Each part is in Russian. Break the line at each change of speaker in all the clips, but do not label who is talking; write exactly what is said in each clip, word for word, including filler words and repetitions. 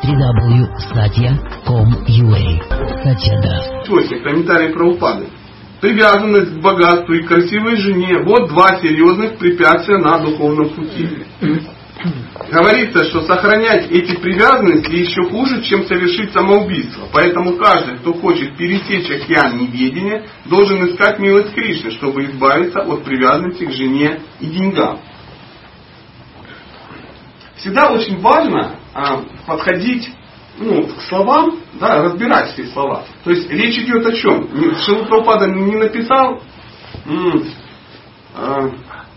три дабл ю точка сатья точка ком точка ю а. Сатья даст.
После комментарий про упады. Привязанность к богатству и красивой жене. Вот два серьезных препятствия на духовном пути. Говорится, что сохранять эти привязанности еще хуже, чем совершить самоубийство. Поэтому каждый, кто хочет пересечь океан неведения, должен искать милость Кришны, чтобы избавиться от привязанности к жене и деньгам. Всегда очень важно а, подходить ну, к словам, да, разбирать все слова. То есть речь идет о чем? Шрила Прабхупада не написал м- а,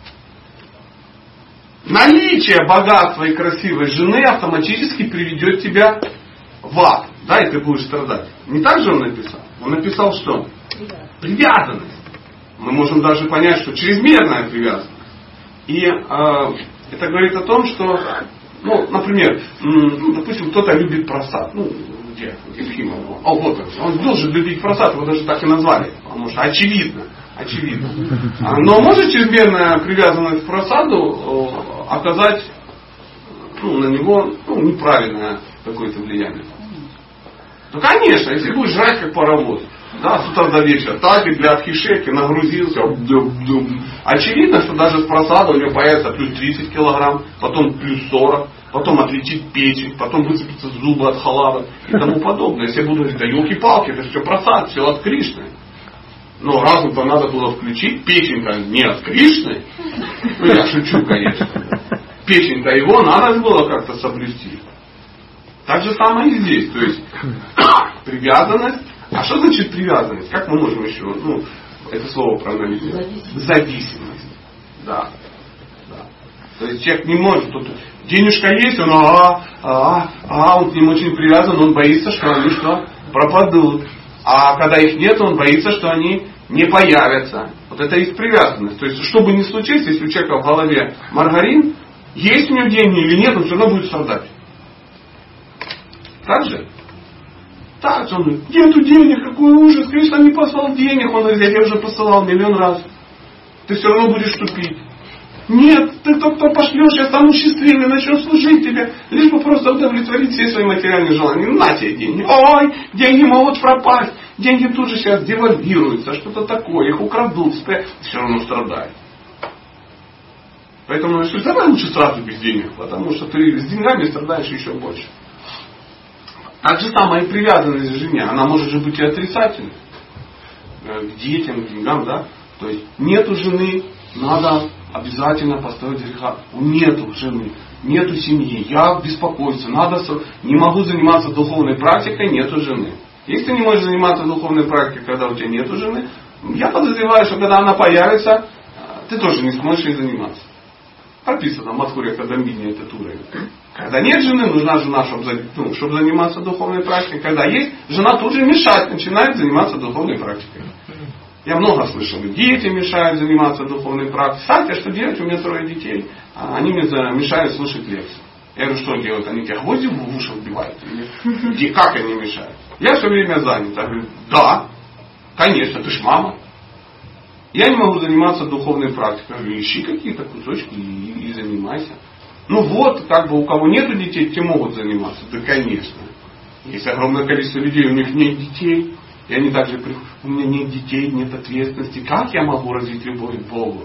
наличие богатства и красивой жены автоматически приведет тебя в ад. Да, и ты будешь страдать. Не так же он написал? Он написал что? Привязанность. Мы можем даже понять, что чрезмерная привязанность. И э, это говорит о том, что, ну, например, ну, допустим, кто-то любит просад. Ну, где? Ефимов. О, вот он. Он должен любить просад, его даже так и назвали. Потому что очевидно. Очевидно. Но может чрезмерная привязанность к просаду оказать ну, на него ну, неправильное какое-то влияние? Ну, конечно, если будешь жрать как паровоз, да, с утра до вечера, так и для отхишеки нагрузился, очевидно, что даже с просада у него появится плюс тридцать килограмм, потом плюс сорок, потом отлетит печень, потом высыпятся зубы от халава и тому подобное. Если я буду говорить, да елки-палки, это все просад, все от Кришны. Но разум-то надо было включить, печень-то не от Кришны. Ну, я шучу, конечно. Печень-то его надо было как-то соблюсти. Так же самое и здесь. То есть, привязанность. А что значит привязанность? Как мы можем еще, ну, это слово проанализировать? Зависимость. Зависимость. Да. Да. То есть, человек не может, тут денежка есть, он а, а, а, он к ним очень привязан, он боится, что они что? Пропадут. А когда их нет, он боится, что они не появятся. Вот это и есть привязанность. То есть, что бы ни случилось, если у человека в голове маргарин, есть у него деньги или нет, он все равно будет страдать. Так же? Так же он говорит, нету денег, какой ужас, Кришна не послал денег. Он говорит, я тебе уже посылал миллион раз. Ты все равно будешь тупить. Нет, ты кто-то пошлешь, я стану счастливым, начну служить тебе, лишь бы просто удовлетворить все свои материальные желания. На тебе деньги. Ой, деньги могут пропасть. Деньги тут же сейчас девальвируются, что-то такое, их украдут, все равно страдают. Поэтому я говорю, давай лучше сразу без денег, потому что ты с деньгами страдаешь еще больше. Так же самое и привязанность к жене, она может же быть и отрицательной. К детям, к деньгам, да. То есть нету жены, надо обязательно поставить греха. Нету жены, нету семьи, я беспокоюсь, надо, не могу заниматься духовной практикой, нету жены. Если ты не можешь заниматься духовной практикой, когда у тебя нету жены, я подозреваю, что когда она появится, ты тоже не сможешь ей заниматься. Прописано в Мадхурья Кадамбини этот уровень. Когда нет жены, нужна жена, чтобы, ну, чтобы заниматься духовной практикой. Когда есть, жена тут же мешать, начинает заниматься духовной практикой. Я много слышал, дети мешают заниматься духовной практикой. Кстати, что делать? У меня трое детей. Они мне мешают слушать лекции. Я говорю, что делают? Они тебе гвозди в уши вбивают? Или как они мешают? Я все время занят. Я говорю, да, конечно, ты ж мама. Я не могу заниматься духовной практикой. Я говорю, ищи какие-то кусочки и, и занимайся. Ну вот, как бы у кого нету детей, те могут заниматься. Да, конечно. Есть огромное количество людей, у них нет детей. И они также приходят, у меня нет детей, нет ответственности. Как я могу развить любовь к Богу?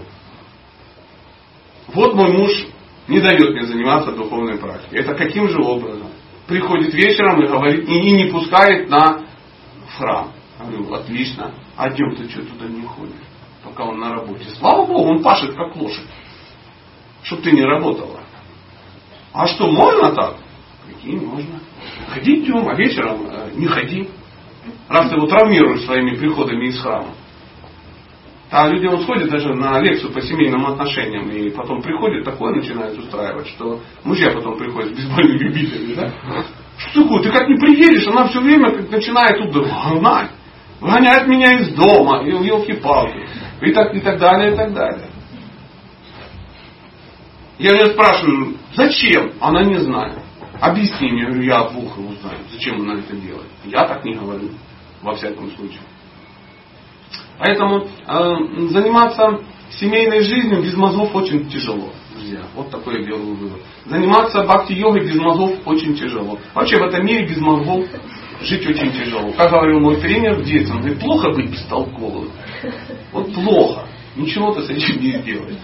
Вот мой муж не дает мне заниматься духовной практикой. Это каким же образом? Приходит вечером и говорит, и не пускает на храм. Я говорю, отлично. А днем ты что туда не ходишь? Пока он на работе. Слава Богу, он пашет как лошадь. Чтоб ты не работала. А что, можно так? Какие можно. Ходи днем, а вечером э, не ходи. Раз ты его травмируешь своими приходами из храма. А люди вот сходят даже на лекцию по семейным отношениям и потом приходят, такое начинают устраивать, что мужья потом приходят с бейсбольными любителями. Да? Что такое? Ты как не приедешь, она все время как начинает тут гнать. Гоняет меня из дома, елки-палки. И так, и так далее, и так далее. Я ее спрашиваю, зачем? Она не знает. Объясни мне, я говорю, я от Бога узнаю, зачем она это делает. Я так не говорю, во всяком случае. Поэтому э, заниматься семейной жизнью без мозгов очень тяжело, друзья. Вот такой я делаю вывод. Заниматься бхакти-йогой без мозгов очень тяжело. Вообще в этом мире без мозгов жить очень тяжело. Как говорил мой тренер в детстве, он говорит, плохо быть бестолковым. Вот плохо. Ничего ты с этим не сделаешь.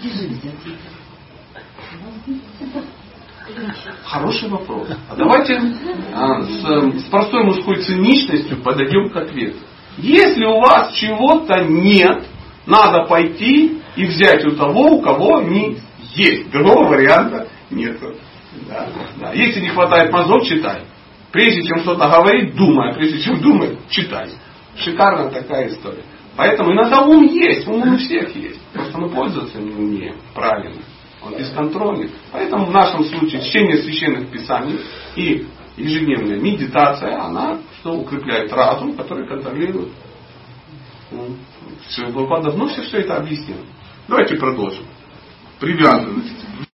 Хороший вопрос. А давайте а, с, с простой мужской циничностью подойдем к ответу. Если у вас чего-то нет, надо пойти и взять у того, у кого они есть. Другого варианта нет. Да, да. Если не хватает мозгов, читай. Прежде чем что-то говорить, думай. Прежде чем думать, читай. Шикарная такая история. Поэтому иногда ум есть, ум у всех есть. Просто мы пользоваться не умеем правильно. Он бесконтрольный. Поэтому в нашем случае чтение священных писаний и ежедневная медитация, она что укрепляет разум, который контролирует ум. Все, давно все, все это объяснено. Давайте продолжим. Привязанность.